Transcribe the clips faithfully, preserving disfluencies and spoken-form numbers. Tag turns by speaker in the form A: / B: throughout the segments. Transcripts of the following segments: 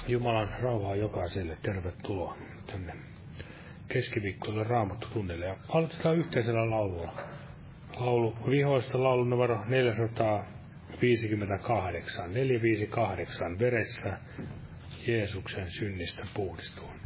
A: Jumalan rauhaa jokaiselle. Tervetuloa tänne keskiviikkoille Raamattutunnille. Ja aloitetaan yhteisellä laululla. Laulu vihoista, laulu numero neljäsataaviisikymmentäkahdeksan. neljäsataaviisikymmentäkahdeksan. Veressä Jeesuksen synnistä puhdistuun.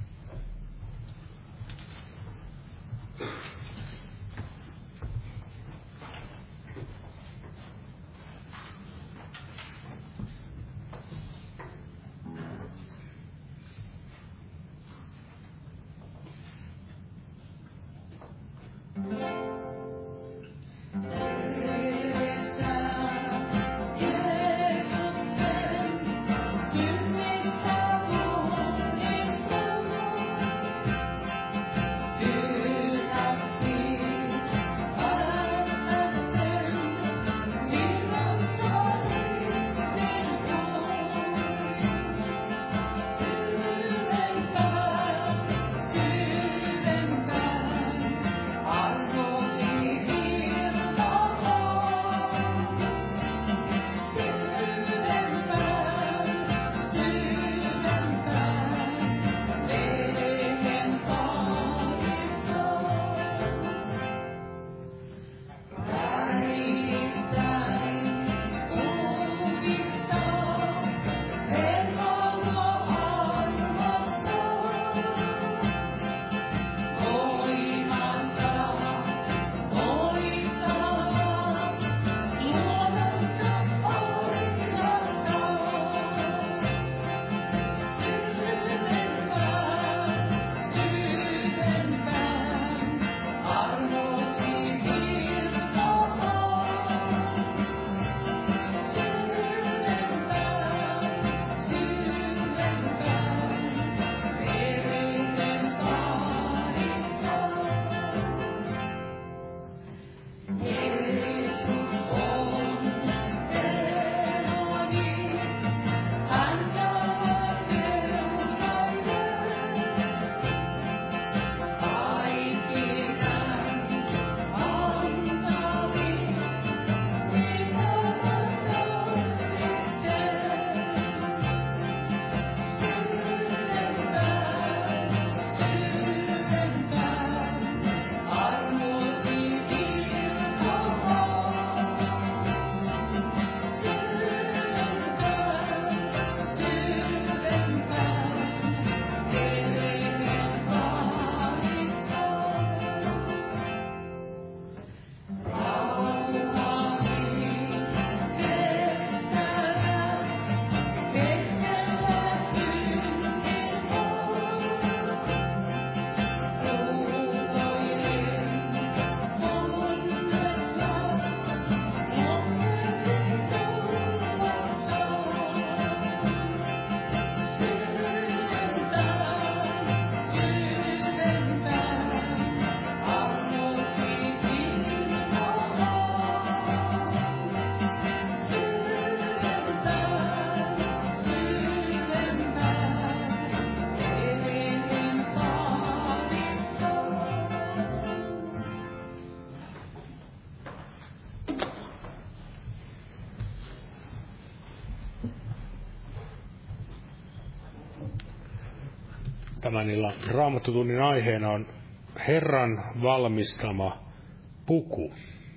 A: Tämän illan Raamattutunnin aiheena on Herran valmistama puku.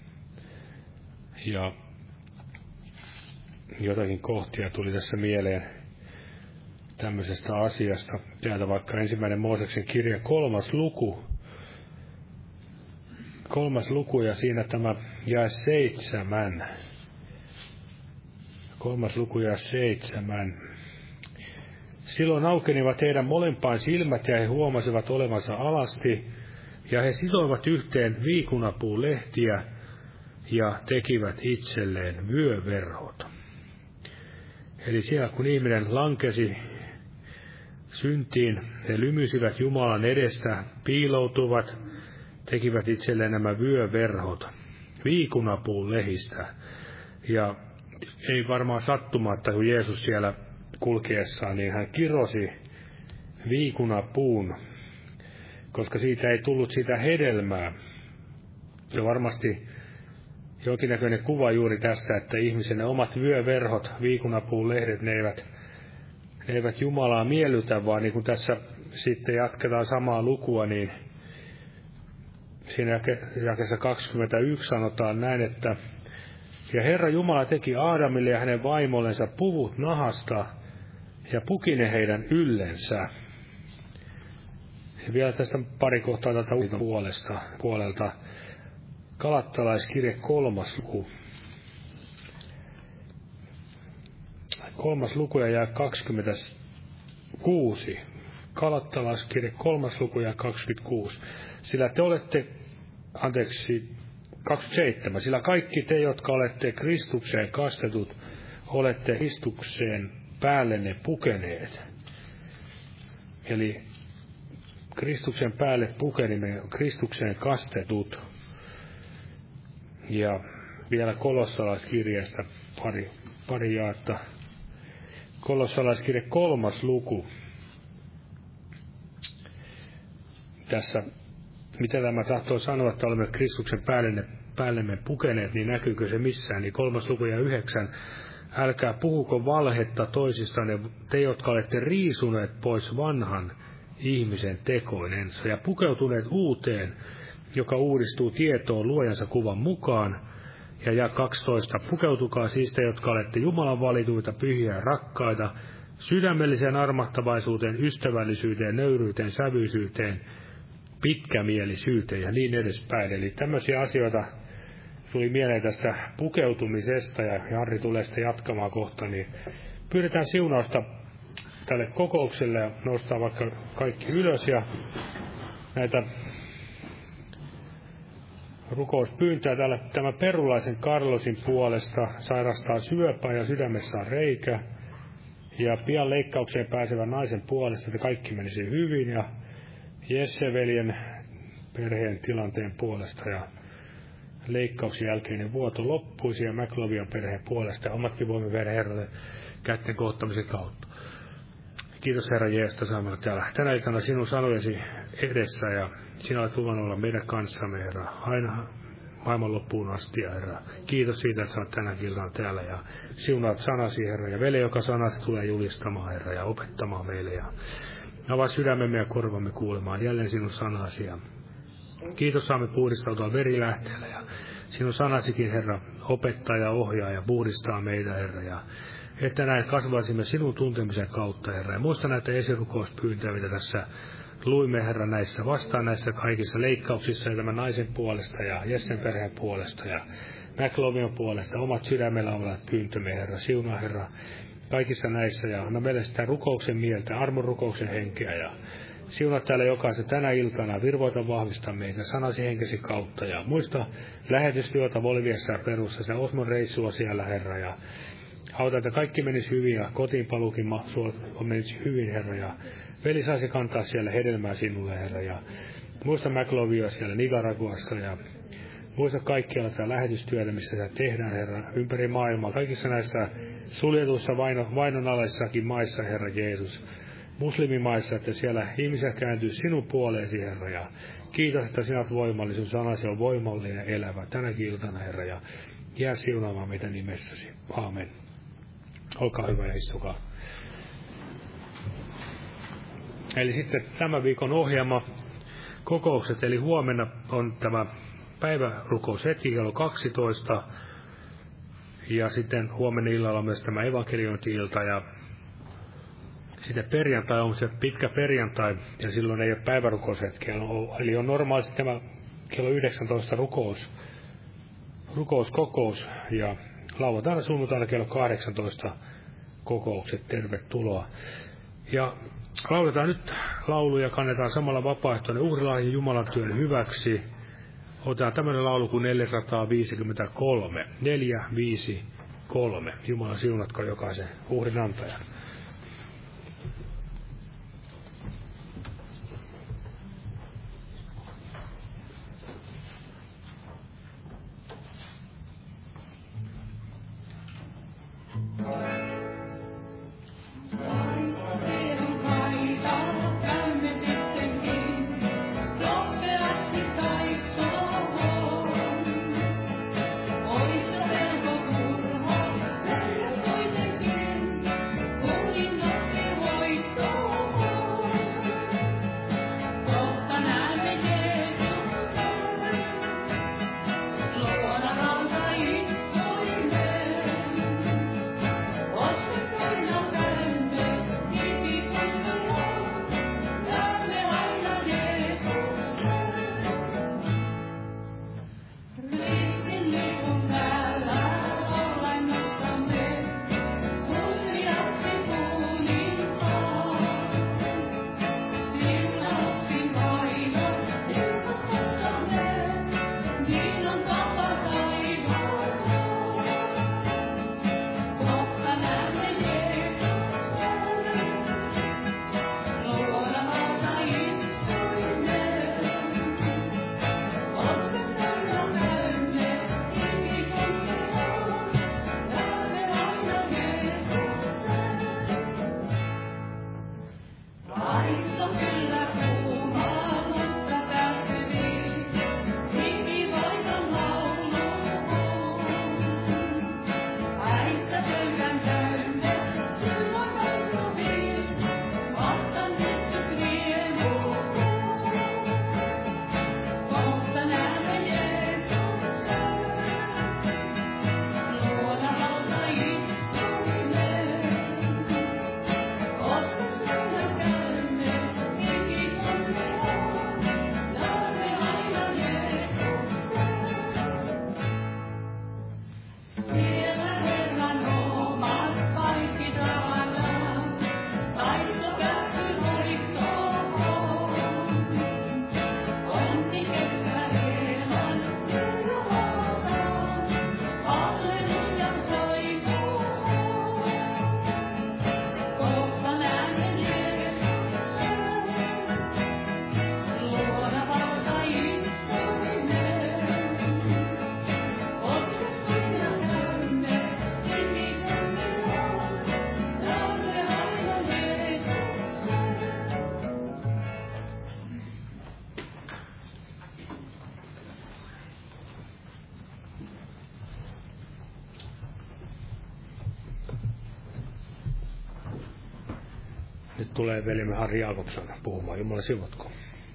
A: Ja jotakin kohtia tuli tässä mieleen tämmöisestä asiasta. Täältä vaikka ensimmäinen Mooseksen kirja, kolmas luku. Kolmas luku ja siinä tämä jae seitsemän. Kolmas luku jae seitsemän. Silloin aukenivat heidän molempaan silmät ja he huomasivat olevansa alasti ja he sitoivat yhteen viikunapuun lehtiä ja tekivät itselleen vyöverhot. Eli siellä kun ihminen lankesi syntiin, he lymyisivät Jumalan edestä, piiloutuvat, tekivät itselleen nämä vyöverhot viikunapuun lehistä. Ja ei varmaan sattumatta, kun Jeesus siellä kulkiessaan, niin hän kirosi viikunapuun, koska siitä ei tullut sitä hedelmää. Ja varmasti jonkinnäköinen kuva juuri tästä, että ihmisen ne omat vyöverhot, viikunapuun lehdet, ne eivät, ne eivät Jumalaa miellytä, vaan niin kuin tässä sitten jatketaan samaa lukua, niin siinä jakeessa kaksikymmentäyksi sanotaan näin, että ja Herra Jumala teki Aadamille ja hänen vaimollensa puvut nahasta ja puki ne heidän yllensä. Ja vielä tästä pari kohtaa tätä puolesta, puolelta. Galattalaiskirje kolmas luku. Kolmas luku ja jää kaksikymmentäkuusi. Galattalaiskirje kolmas luku ja kaksikymmentäkuusi. Sillä te olette, anteeksi, kaksikymmentäseitsemän. Sillä kaikki te, jotka olette Kristukseen kastetut, olette Kristukseen päällenne pukeneet. Eli Kristuksen päälle pukenimme, Kristukseen kastetut. Ja vielä kolossalaiskirjeestä pari, pari jaetta. Kolossalaiskirje kolmas luku. Tässä, mitä tämä tahtoo sanoa, että olemme Kristuksen päällemme, päällemme pukeneet, niin näkyykö se missään? Niin kolmas luku ja yhdeksän. Älkää puhuko valhetta toisistanne, te, jotka olette riisuneet pois vanhan ihmisen tekoinensa ja pukeutuneet uuteen, joka uudistuu tietoon luojansa kuvan mukaan. Ja ja kaksitoista. Pukeutukaa siis te, jotka olette Jumalan valituita, pyhiä ja rakkaita, sydämelliseen armahtavaisuuteen, ystävällisyyteen, nöyryyteen, sävyisyyteen, pitkämielisyyteen ja niin edespäin. Eli tämmöisiä asioita tuli mieleen tästä pukeutumisesta, ja Harri tulee sitä jatkamaan kohta, niin pyydetään siunausta tälle kokoukselle ja nostaa vaikka kaikki ylös ja näitä rukouspyyntöjä. Täällä tämä Perulaisen Karlosin puolesta sairastaa syöpää ja sydämessä on reikä. Ja pian leikkaukseen pääsevän naisen puolesta, että kaikki menisi hyvin. Ja Jesse-veljen perheen tilanteen puolesta ja leikkauksen jälkeinen vuoto loppuisi ja McLovian perheen puolesta. Ja omatkin voimme viedä Herralle kätten kohtamisen kautta. Kiitos Herra Jeesus, että saamme olla täällä tänä iltana sinun sanojesi edessä ja sinä olet luvannut olla meidän kanssamme, Herra, aina maailman loppuun asti, Herra. Kiitos siitä, että sä olet tänä iltana täällä ja siunaat sanasi, Herra, ja veli, joka sanasi tulee julistamaan, Herra, ja opettamaan meille ja avaa sydämemme ja korvamme kuulemaan jälleen sinun sanasi. Ja kiitos, saamme puhdistautua verilähteellä ja sinun sanasikin, Herra, opettaa ja ohjaa ja puhdistaa meitä, Herra, ja että näin kasvaisimme sinun tuntemisen kautta, Herra. Ja muista näitä esirukouspyyntöjä, mitä tässä luimme, Herra, näissä vastaan näissä kaikissa leikkauksissa ja tämän naisen puolesta ja Jessen perheen puolesta ja McLovian puolesta. Omat sydämellä olevat pyyntömme, Herra. Siunaa, Herra, kaikissa näissä ja anna meille sitä rukouksen mieltä, armon rukouksen henkeä ja siunaa täällä jokaisen tänä iltana, virvoita vahvista meitä sanasi henkesi kautta ja muista lähetystyötä Bolviassa ja Perussa, se Osmon reissua siellä, Herra, ja auta, että kaikki menisi hyvin ja kotiinpaluukin menisi hyvin, Herra, ja veli saisi kantaa siellä hedelmää sinulle, Herra, ja muista McLovia siellä Nicaraguassa, ja muista kaikkialla tätä lähetystyötä, missä sitä tehdään, Herra, ympäri maailmaa, kaikissa näissä suljetuissa vaino, vainonalaisissakin maissa, Herra Jeesus, muslimimaissa, että siellä ihmisiä kääntyy sinun puoleesi, Herra, ja kiitos, että sinä olet voimallinen, sanasi on voimallinen ja elävä tänäkin iltana, Herra, ja jää siunaamaan meitä nimessäsi. Aamen. Olkaa hyvä ja istukaa. Eli sitten tämän viikon ohjelma, kokoukset, eli huomenna on tämä päivärukous hetki kello kaksitoista. Ja sitten huomenna illalla on myös tämä evankeliointi-ilta ja sitten perjantai on se pitkä perjantai ja silloin ei ole päivärukousetki. Eli on normaalisti tämä kello yhdeksäntoista rukous, rukouskokous ja lauantaina sunnuntaina kello kahdeksantoista kokoukset, tervetuloa. Ja lauletaan nyt lauluja, kannetaan samalla vapaaehtoinen uhrilahja Jumalan työn hyväksi. Otetaan tämmöinen laulu kuin neljäsataaviisikymmentäkolme. neljä viisi kolme. Jumala siunatko jokaisen uhrin antajan.
B: Oi, se pelko turha, kuitenkin
A: tulee velimme Harri Jakobson puhumaan. Jumala siunatkoon.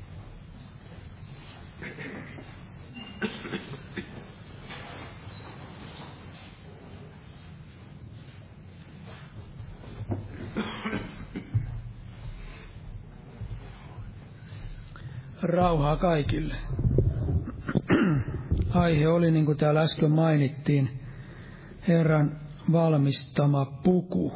B: Rauhaa kaikille. Aihe oli, niin kuin täällä äsken mainittiin, Herran valmistama puku.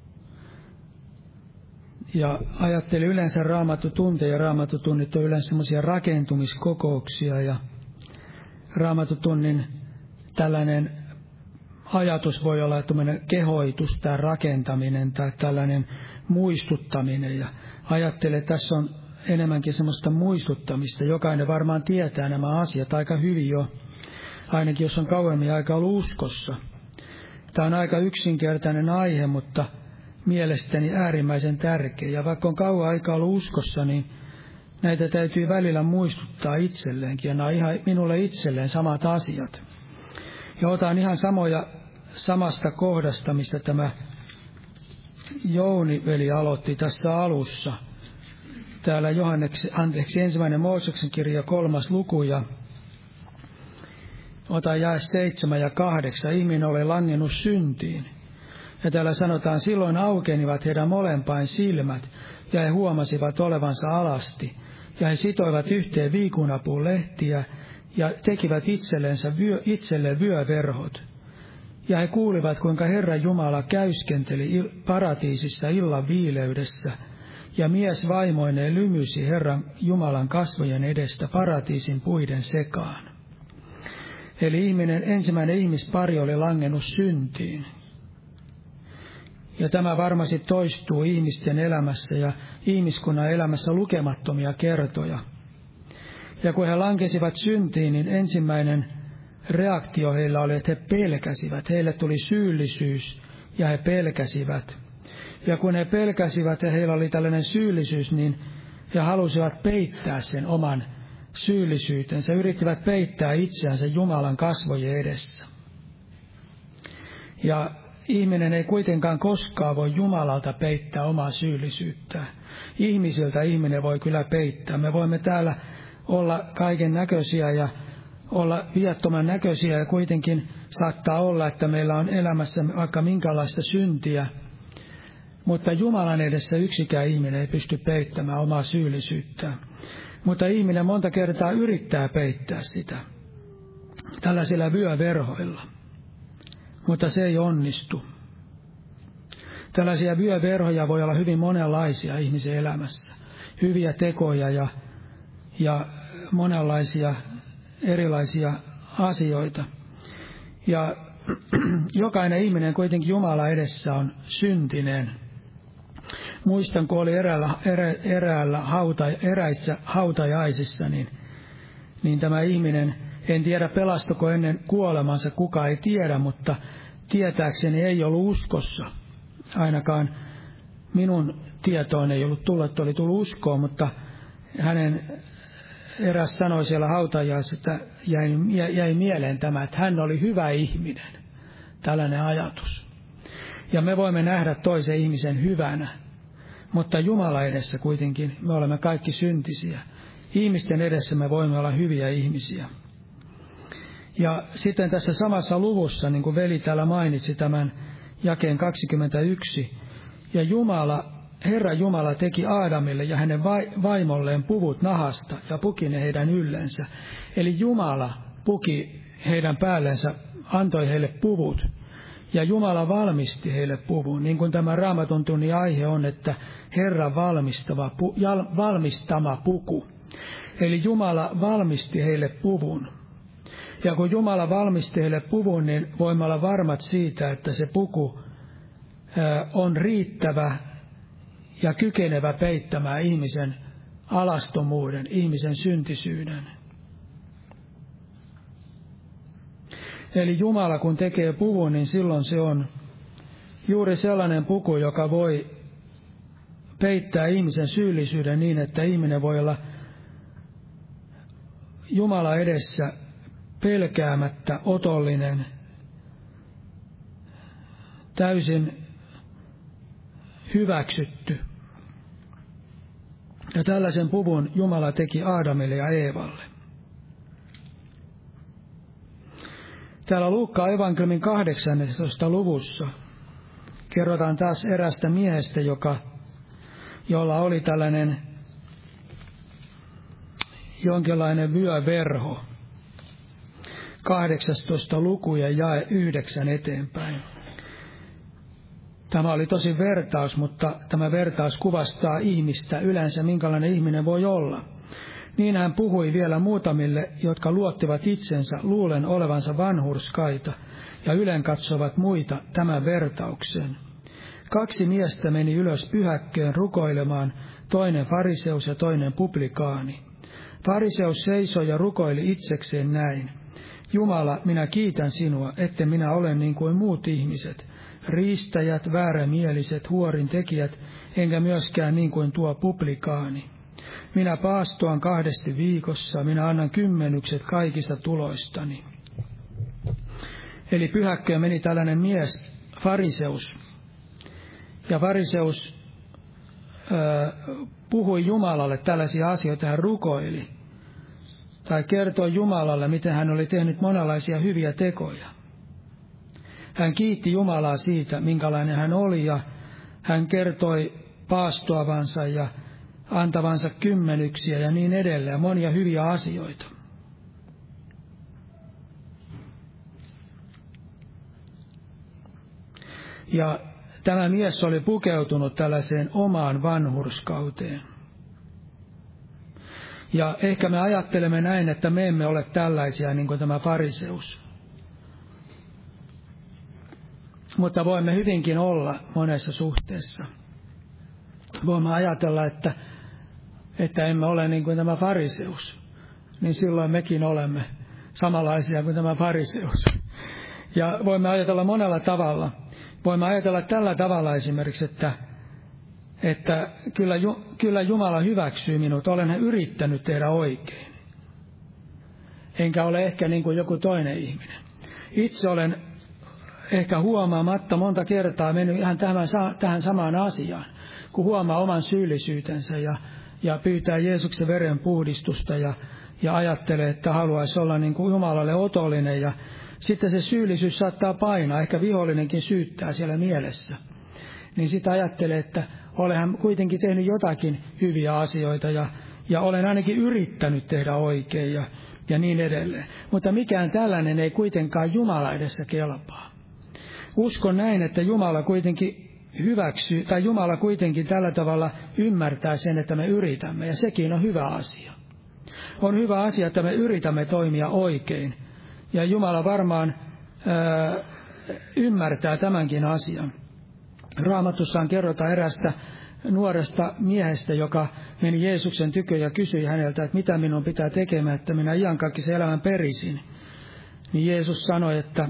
B: Ja ajattelin yleensä Raamattutunteja. Raamattutunnit on yleensä semmoisia rakentumiskokouksia, ja Raamattutunnin tällainen ajatus voi olla tämmöinen kehoitus tai rakentaminen tai tällainen muistuttaminen. Ja ajattelin, että tässä on enemmänkin semmoista muistuttamista. Jokainen varmaan tietää nämä asiat aika hyvin jo, ainakin jos on kauemmin aika ollut uskossa. Tämä on aika yksinkertainen aihe, mutta mielestäni äärimmäisen tärkeä. Ja vaikka on kauan aikaa ollut uskossa, niin näitä täytyy välillä muistuttaa itselleenkin. Ja nämä on ihan minulle itselleen samat asiat. Ja otan ihan samoja samasta kohdasta, mistä tämä Jouni-veli aloitti tässä alussa. Täällä Johanneksi, anteeksi, ensimmäinen Mooseksen kirja, kolmas luku, ja ota jae seitsemän ja kahdeksan. Ihminen oli langennut syntiin. Ja täällä sanotaan, silloin aukenivat heidän molempain silmät, ja he huomasivat olevansa alasti. Ja he sitoivat yhteen viikunapuun lehtiä, ja tekivät itsellensä vyö, itselleen vyöverhot. Ja he kuulivat, kuinka Herra Jumala käyskenteli paratiisissa illan viileydessä, ja mies vaimoineen lymysi Herran Jumalan kasvojen edestä paratiisin puiden sekaan. Eli ihminen, ensimmäinen ihmispari oli langennut syntiin. Ja tämä varmasti toistuu ihmisten elämässä ja ihmiskunnan elämässä lukemattomia kertoja. Ja kun he lankesivat syntiin, niin ensimmäinen reaktio heillä oli, että he pelkäsivät. Heille tuli syyllisyys ja he pelkäsivät. Ja kun he pelkäsivät ja heillä oli tällainen syyllisyys, niin he halusivat peittää sen oman syyllisyytensä. Yrittivät peittää itseänsä Jumalan kasvojen edessä. Ja ihminen ei kuitenkaan koskaan voi Jumalalta peittää omaa syyllisyyttään. Ihmisiltä ihminen voi kyllä peittää. Me voimme täällä olla kaiken näköisiä ja olla viattoman näköisiä, ja kuitenkin saattaa olla, että meillä on elämässä vaikka minkälaista syntiä. Mutta Jumalan edessä yksikään ihminen ei pysty peittämään omaa syyllisyyttään. Mutta ihminen monta kertaa yrittää peittää sitä tällaisilla vyöverhoilla. Mutta se ei onnistu. Tällaisia vyöverhoja voi olla hyvin monenlaisia ihmisen elämässä. Hyviä tekoja ja, ja monenlaisia erilaisia asioita. Ja jokainen ihminen kuitenkin Jumala edessä on syntinen. Muistan, kun oli eräällä, erä, eräällä hauta, eräissä hautajaisissa, niin, niin tämä ihminen, en tiedä pelastuko ennen kuolemansa, kuka ei tiedä, mutta tietääkseni ei ollut uskossa. Ainakaan minun tietoon ei ollut tullut, että oli tullut uskoon, mutta hänen eräs sanoi siellä hautajaisissa, että jäi, jäi mieleen tämä, että hän oli hyvä ihminen. Tällainen ajatus. Ja me voimme nähdä toisen ihmisen hyvänä, mutta Jumala edessä kuitenkin me olemme kaikki syntisiä. Ihmisten edessä me voimme olla hyviä ihmisiä. Ja sitten tässä samassa luvussa, niin kuin veli täällä mainitsi tämän jakeen kaksikymmentäyksi, ja Jumala, Herra Jumala teki Aadamille ja hänen vaimolleen puvut nahasta ja puki ne heidän yllensä. Eli Jumala puki heidän päällensä, antoi heille puvut. Ja Jumala valmisti heille puvun, niin kuin tämä Raamatun tunnin aihe on, että Herran valmistava, valmistama puku. Eli Jumala valmisti heille puvun. Ja kun Jumala valmisti heille puvun, niin voimme olla varmat siitä, että se puku on riittävä ja kykenevä peittämään ihmisen alastomuuden, ihmisen syntisyyden. Eli Jumala kun tekee puvun, niin silloin se on juuri sellainen puku, joka voi peittää ihmisen syyllisyyden niin, että ihminen voi olla Jumala edessä pelkäämättä otollinen, täysin hyväksytty. Ja tällaisen puvun Jumala teki Aadamille ja Eevalle. Täällä Luukkaan evankeliumin kahdeksannessatoista luvussa kerrotaan taas erästä miehestä, joka, jolla oli tällainen jonkinlainen vyöverho. kahdeksastoista luku ja jae yhdeksän eteenpäin. Tämä oli tosi vertaus, mutta tämä vertaus kuvastaa ihmistä yleensä, minkälainen ihminen voi olla. Niin hän puhui vielä muutamille, jotka luottivat itsensä luulen olevansa vanhurskaita ja ylen katsovat muita tämän vertauksen. Kaksi miestä meni ylös pyhäkköön rukoilemaan, toinen fariseus ja toinen publikaani. Fariseus seisoi ja rukoili itsekseen näin. Jumala, minä kiitän sinua, etten minä ole niin kuin muut ihmiset, riistäjät, väärämieliset, huorintekijät, enkä myöskään niin kuin tuo publikaani. Minä paastoan kahdesti viikossa, minä annan kymmenykset kaikista tuloistani. Eli pyhäkköön meni tällainen mies, fariseus. Ja fariseus äh, puhui Jumalalle tällaisia asioita, hän rukoili. Tai kertoi Jumalalle, miten hän oli tehnyt monenlaisia hyviä tekoja. Hän kiitti Jumalaa siitä, minkälainen hän oli, ja hän kertoi paastoavansa ja antavansa kymmenyksiä ja niin edelleen, monia hyviä asioita. Ja tämä mies oli pukeutunut tällaiseen omaan vanhurskauteen. Ja ehkä me ajattelemme näin, että me emme ole tällaisia niin kuin tämä fariseus. Mutta voimme hyvinkin olla monessa suhteessa. Voimme ajatella, että, että emme ole niin kuin tämä fariseus. Niin silloin mekin olemme samanlaisia kuin tämä fariseus. Ja voimme ajatella monella tavalla. Voimme ajatella tällä tavalla esimerkiksi, että, että kyllä, kyllä Jumala hyväksyy minut. Olen yrittänyt tehdä oikein. Enkä ole ehkä niin kuin joku toinen ihminen. Itse olen ehkä huomaamatta monta kertaa mennyt ihan tähän, tähän samaan asiaan, kun huomaa oman syyllisyytensä ja, ja pyytää Jeesuksen veren puhdistusta ja, ja ajattelee, että haluaisi olla niin kuin Jumalalle otollinen. Ja sitten se syyllisyys saattaa painaa, ehkä vihollinenkin syyttää siellä mielessä. Niin sitten ajattelee, että olenhan kuitenkin tehnyt jotakin hyviä asioita ja, ja olen ainakin yrittänyt tehdä oikein ja, ja niin edelleen. Mutta mikään tällainen ei kuitenkaan Jumala edessä kelpaa. Uskon näin, että Jumala kuitenkin hyväksyy, tai Jumala kuitenkin tällä tavalla ymmärtää sen, että me yritämme, ja sekin on hyvä asia. On hyvä asia, että me yritämme toimia oikein, ja Jumala varmaan ää, ymmärtää tämänkin asian. Raamatussaan kerrotaan erästä nuoresta miehestä, joka meni Jeesuksen tykö ja kysyi häneltä, että mitä minun pitää tekemään, että minä iankaikkisen elämän perisin. Niin Jeesus sanoi, että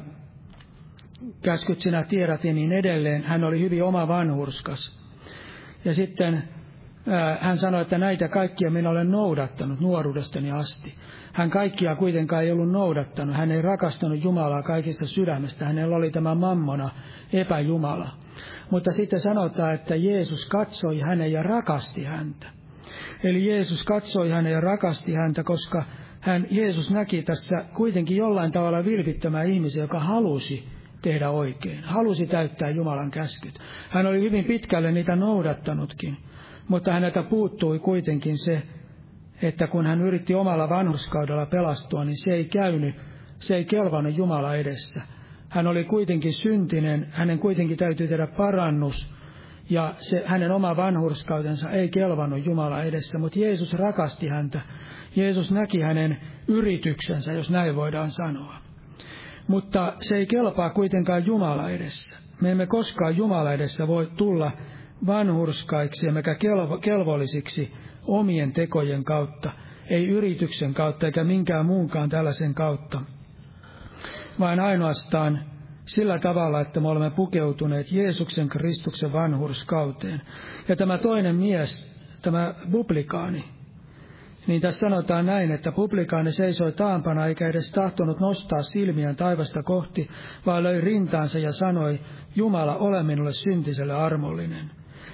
B: käskyt sinä tiedät ja niin edelleen. Hän oli hyvin oma vanhurskas. Ja sitten ää, hän sanoi, että näitä kaikkia minä olen noudattanut nuoruudestani asti. Hän kaikkia kuitenkaan ei ollut noudattanut. Hän ei rakastanut Jumalaa kaikista sydämestä. Hänellä oli tämä mammona, epäjumala. Mutta sitten sanotaan, että Jeesus katsoi hänen ja rakasti häntä. Eli Jeesus katsoi hänen ja rakasti häntä, koska hän, Jeesus näki tässä kuitenkin jollain tavalla vilpittömän ihmisen, joka halusi tehdä oikein. Halusi täyttää Jumalan käskyt. Hän oli hyvin pitkälle niitä noudattanutkin, mutta häneltä puuttui kuitenkin se, että kun hän yritti omalla vanhurskaudella pelastua, niin se ei käynyt, se ei kelvannut Jumala edessä. Hän oli kuitenkin syntinen, hänen kuitenkin täytyy tehdä parannus, ja se, hänen oma vanhurskautensa ei kelvannut Jumala edessä, mutta Jeesus rakasti häntä. Jeesus näki hänen yrityksensä, jos näin voidaan sanoa. Mutta se ei kelpaa kuitenkaan Jumala edessä. Me emme koskaan Jumala edessä voi tulla vanhurskaiksi emmekä kelvo, kelvollisiksi omien tekojen kautta, ei yrityksen kautta eikä minkään muunkaan tällaisen kautta, vaan ainoastaan sillä tavalla, että me olemme pukeutuneet Jeesuksen Kristuksen vanhurskauteen. Ja tämä toinen mies, tämä publikaani, niin tässä sanotaan näin, että publikaani seisoi taampana eikä edes tahtonut nostaa silmiään taivasta kohti, vaan löi rintaansa ja sanoi, Jumala, ole minulle syntiselle armollinen.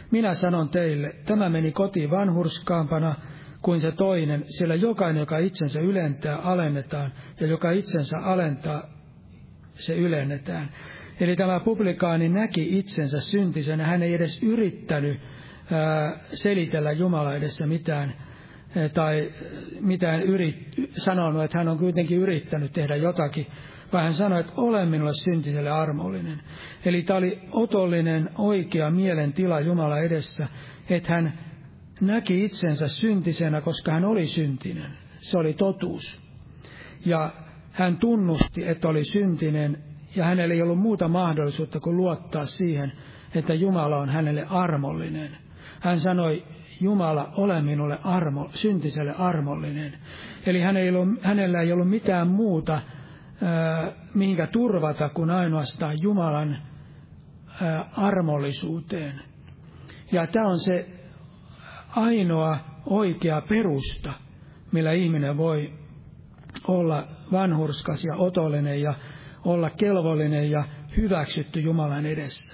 B: Minä sanon teille, tämä meni kotiin vanhurskaampana kuin se toinen, sillä jokainen, joka itsensä ylentää, alennetaan, ja joka itsensä alentaa, se ylennetään. Eli tämä publikaani näki itsensä syntisenä, hän ei edes yrittänyt ää, selitellä Jumala edessä mitään, ää, tai mitään yrit, sanonut, että hän on kuitenkin yrittänyt tehdä jotakin, vaan hän sanoi, että olen minulle syntiselle armollinen. Eli tämä oli otollinen, oikea mielentila Jumala edessä, että hän näki itsensä syntisenä, koska hän oli syntinen. Se oli totuus. Ja hän tunnusti, että oli syntinen, ja hänellä ei ollut muuta mahdollisuutta kuin luottaa siihen, että Jumala on hänelle armollinen. Hän sanoi, Jumala, ole minulle armo, syntiselle armollinen. Eli hän ei ollut, hänellä ei ollut mitään muuta, ää, mihinkä turvata, kuin ainoastaan Jumalan ää, armollisuuteen. Ja tämä on se ainoa oikea perusta, millä ihminen voi olla vanhurskas ja otollinen ja olla kelvollinen ja hyväksytty Jumalan edessä.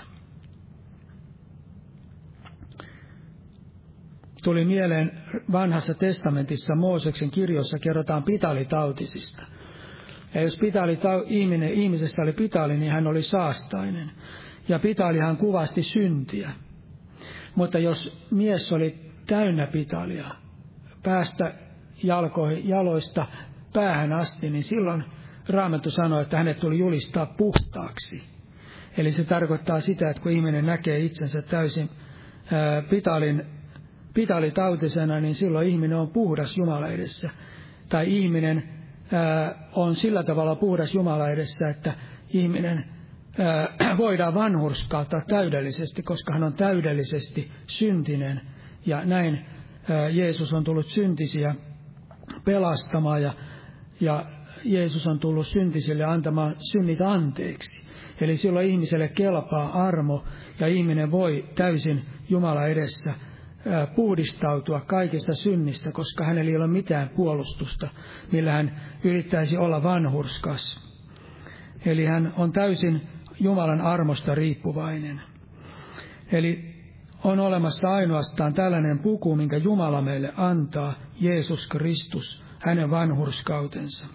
B: Tuli mieleen vanhassa testamentissa Mooseksen kirjoissa kerrotaan pitalitautisista. Ja jos pitalitau, ihminen, ihmisessä oli pitali, niin hän oli saastainen. Ja pitalihan kuvasti syntiä. Mutta jos mies oli täynnä pitalia, päästä jalkoihin, jaloista päähän asti, niin silloin Raamattu sanoi, että hänet tuli julistaa puhtaaksi. Eli se tarkoittaa sitä, että kun ihminen näkee itsensä täysin ää, pitalin, pitalitautisena, niin silloin ihminen on puhdas Jumala edessä. Tai ihminen ää, on sillä tavalla puhdas Jumala edessä, että ihminen ää, voidaan vanhurskauttaa täydellisesti, koska hän on täydellisesti syntinen. Ja näin ää, Jeesus on tullut syntisiä pelastamaan ja, ja Jeesus on tullut syntisille antamaan synnit anteeksi. Eli silloin ihmiselle kelpaa armo ja ihminen voi täysin Jumala edessä ää, puhdistautua kaikista synnistä, koska hänellä ei ole mitään puolustusta, millä hän yrittäisi olla vanhurskas. Eli hän on täysin Jumalan armosta riippuvainen. Eli on olemassa ainoastaan tällainen puku, minkä Jumala meille antaa, Jeesus Kristus, hänen vanhurskautensa.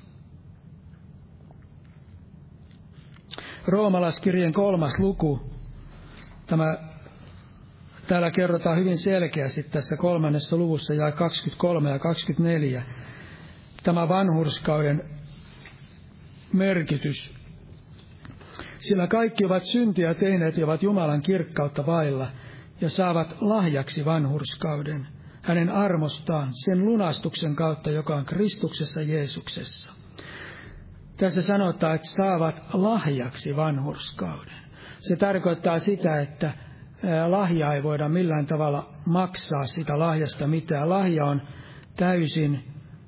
B: Roomalaiskirjeen kolmas luku. Tämä, täällä kerrotaan hyvin selkeästi tässä kolmannessa luvussa, jae kaksikymmentäkolme ja kaksikymmentäneljä. Tämä vanhurskauden merkitys. Sillä kaikki ovat syntiä tehneet ja ovat Jumalan kirkkautta vailla ja saavat lahjaksi vanhurskauden, hänen armostaan, sen lunastuksen kautta, joka on Kristuksessa Jeesuksessa. Tässä sanotaan, että saavat lahjaksi vanhurskauden. Se tarkoittaa sitä, että lahja ei voida millään tavalla maksaa sitä lahjasta mitään. Lahja on täysin,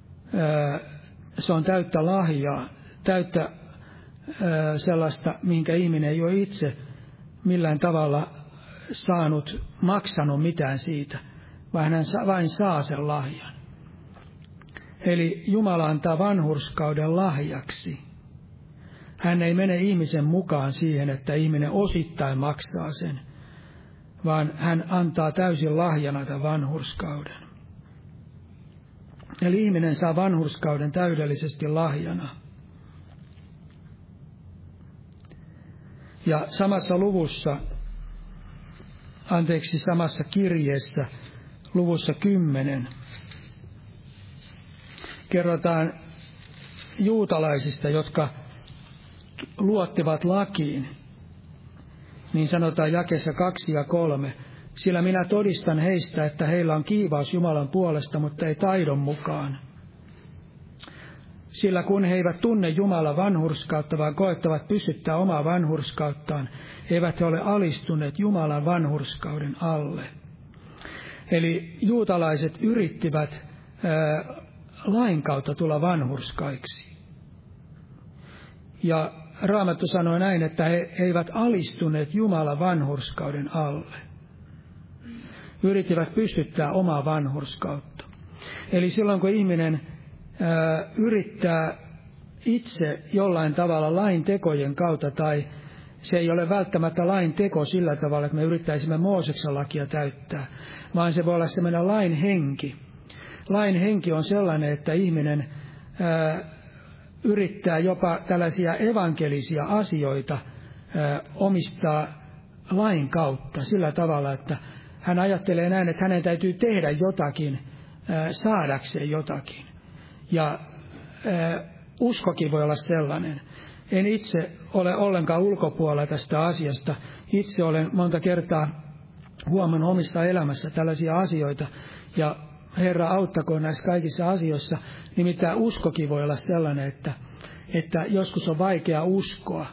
B: se on täyttä lahjaa, täyttä sellaista, minkä ihminen ei ole itse millään tavalla saanut, maksanut mitään siitä, vaan hän vain saa sen lahjan. Eli Jumala antaa vanhurskauden lahjaksi. Hän ei mene ihmisen mukaan siihen, että ihminen osittain maksaa sen, vaan hän antaa täysin lahjana tämän vanhurskauden. Eli ihminen saa vanhurskauden täydellisesti lahjana. Ja samassa luvussa, anteeksi samassa kirjeessä, luvussa kymmenen, kerrotaan juutalaisista, jotka luottivat lakiin. Niin sanotaan jakeessa kaksi ja kolme. Sillä minä todistan heistä, että heillä on kiivaus Jumalan puolesta, mutta ei taidon mukaan. Sillä kun he eivät tunne Jumalan vanhurskautta, vaan koettavat pysyttää omaa vanhurskauttaan, eivät he ole alistuneet Jumalan vanhurskauden alle. Eli juutalaiset yrittivät ää, lain kautta tulla vanhurskaiksi. Ja Raamattu sanoi näin, että he eivät alistuneet Jumalan vanhurskauden alle. Yrittivät pystyttää omaa vanhurskautta. Eli silloin kun ihminen ää, yrittää itse jollain tavalla lain tekojen kautta tai Se ei ole välttämättä lain teko sillä tavalla, että me yrittäisimme Mooseksen lakia täyttää, vaan se voi olla semmoinen lain henki. Lain henki on sellainen, että ihminen ää, yrittää jopa tällaisia evankelisia asioita ää, omistaa lain kautta sillä tavalla, että hän ajattelee näin, että hänen täytyy tehdä jotakin ää, saadakseen jotakin. Ja ää, uskokin voi olla sellainen. En itse ole ollenkaan ulkopuolella tästä asiasta. Itse olen monta kertaa huomannut omissa elämässä tällaisia asioita, ja Herra auttakoon näissä kaikissa asioissa. Nimittäin uskokin voi olla sellainen, että, että joskus on vaikea uskoa,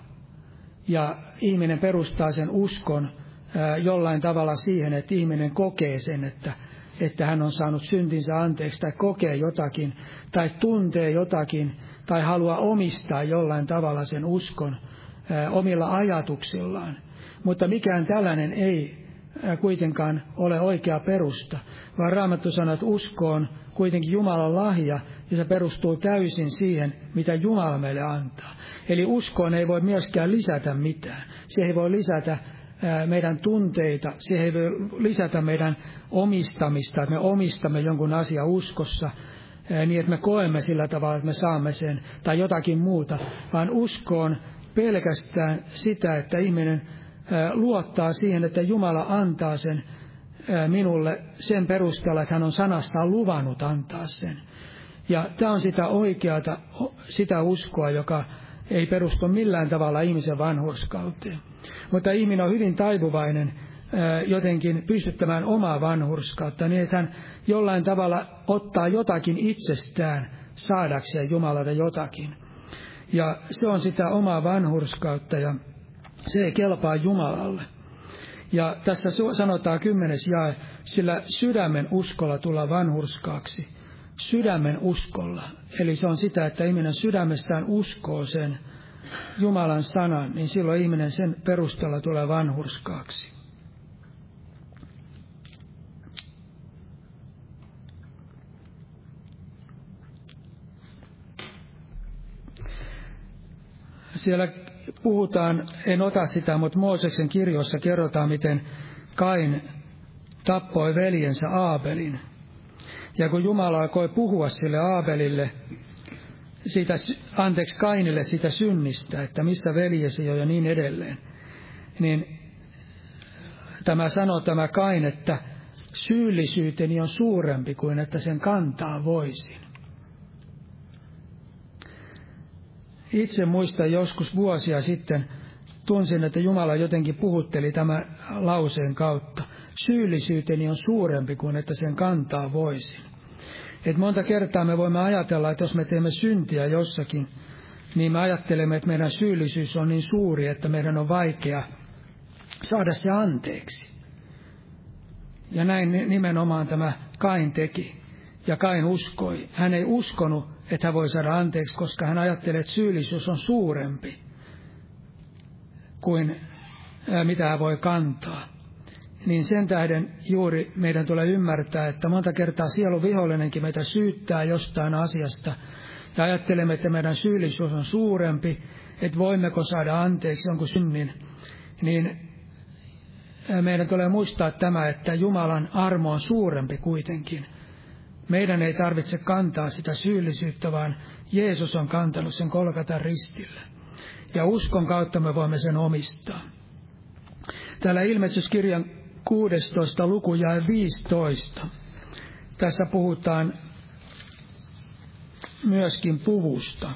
B: ja ihminen perustaa sen uskon ää, jollain tavalla siihen, että ihminen kokee sen, että, että hän on saanut syntinsä anteeksi, tai kokee jotakin, tai tuntee jotakin, tai haluaa omistaa jollain tavalla sen uskon ää, omilla ajatuksillaan. Mutta mikään tällainen ei ää, kuitenkaan ole oikea perusta, vaan Raamattu sanoo, että usko on kuitenkin Jumalan lahja, ja se perustuu täysin siihen, mitä Jumala meille antaa. Eli uskoon ei voi myöskään lisätä mitään. Se ei voi lisätä ää, meidän tunteita, se ei voi lisätä meidän omistamista, että me omistamme jonkun asian uskossa, niin että me koemme sillä tavalla, että me saamme sen, tai jotakin muuta, vaan usko on pelkästään sitä, että ihminen luottaa siihen, että Jumala antaa sen minulle sen perusteella, että hän on sanastaan luvannut antaa sen. Ja tämä on sitä oikeata, sitä uskoa, joka ei perustu millään tavalla ihmisen vanhurskauteen. Mutta ihminen on hyvin taipuvainen jotenkin pystyttämään omaa vanhurskautta, niin että hän jollain tavalla ottaa jotakin itsestään saadakseen Jumalalta jotakin. Ja se on sitä omaa vanhurskautta, ja se ei kelpaa Jumalalle. Ja tässä sanotaan kymmenes jae, sillä sydämen uskolla tulla vanhurskaaksi. Sydämen uskolla. Eli se on sitä, että ihminen sydämestään uskoo sen Jumalan sanan, niin silloin ihminen sen perusteella tulee vanhurskaaksi. Siellä puhutaan, en ota sitä, mutta Mooseksen kirjoissa kerrotaan, miten Kain tappoi veljensä Aabelin. Ja kun Jumala alkoi puhua sille Aabelille, siitä, anteeksi Kainille sitä synnistä, että missä veljesi on ja niin edelleen, niin tämä sanoo tämä Kain, että syyllisyyteni on suurempi kuin että sen kantaa voisin. Itse muistan joskus vuosia sitten, tunsin, että Jumala jotenkin puhutteli tämän lauseen kautta. Syyllisyyteni on suurempi kuin että sen kantaa voisin. Et monta kertaa me voimme ajatella, että jos me teemme syntiä jossakin, niin me ajattelemme, että meidän syyllisyys on niin suuri, että meidän on vaikea saada se anteeksi. Ja näin nimenomaan tämä Kain teki. Ja Kain uskoi. Hän ei uskonut, että hän voi saada anteeksi, koska hän ajattelee, että syyllisyys on suurempi kuin mitä hän voi kantaa. Niin sen tähden juuri meidän tulee ymmärtää, että monta kertaa sielun vihollinenkin meitä syyttää jostain asiasta. Ja ajattelemme, että meidän syyllisyys on suurempi, että voimmeko saada anteeksi jonkun synnin. Niin meidän tulee muistaa tämä, että Jumalan armo on suurempi kuitenkin. Meidän ei tarvitse kantaa sitä syyllisyyttä, vaan Jeesus on kantanut sen Golgatan ristillä. Ja uskon kautta me voimme sen omistaa. Täällä Ilmestyskirjan kuudestoista luku jae viisitoista. Tässä puhutaan myöskin puvusta.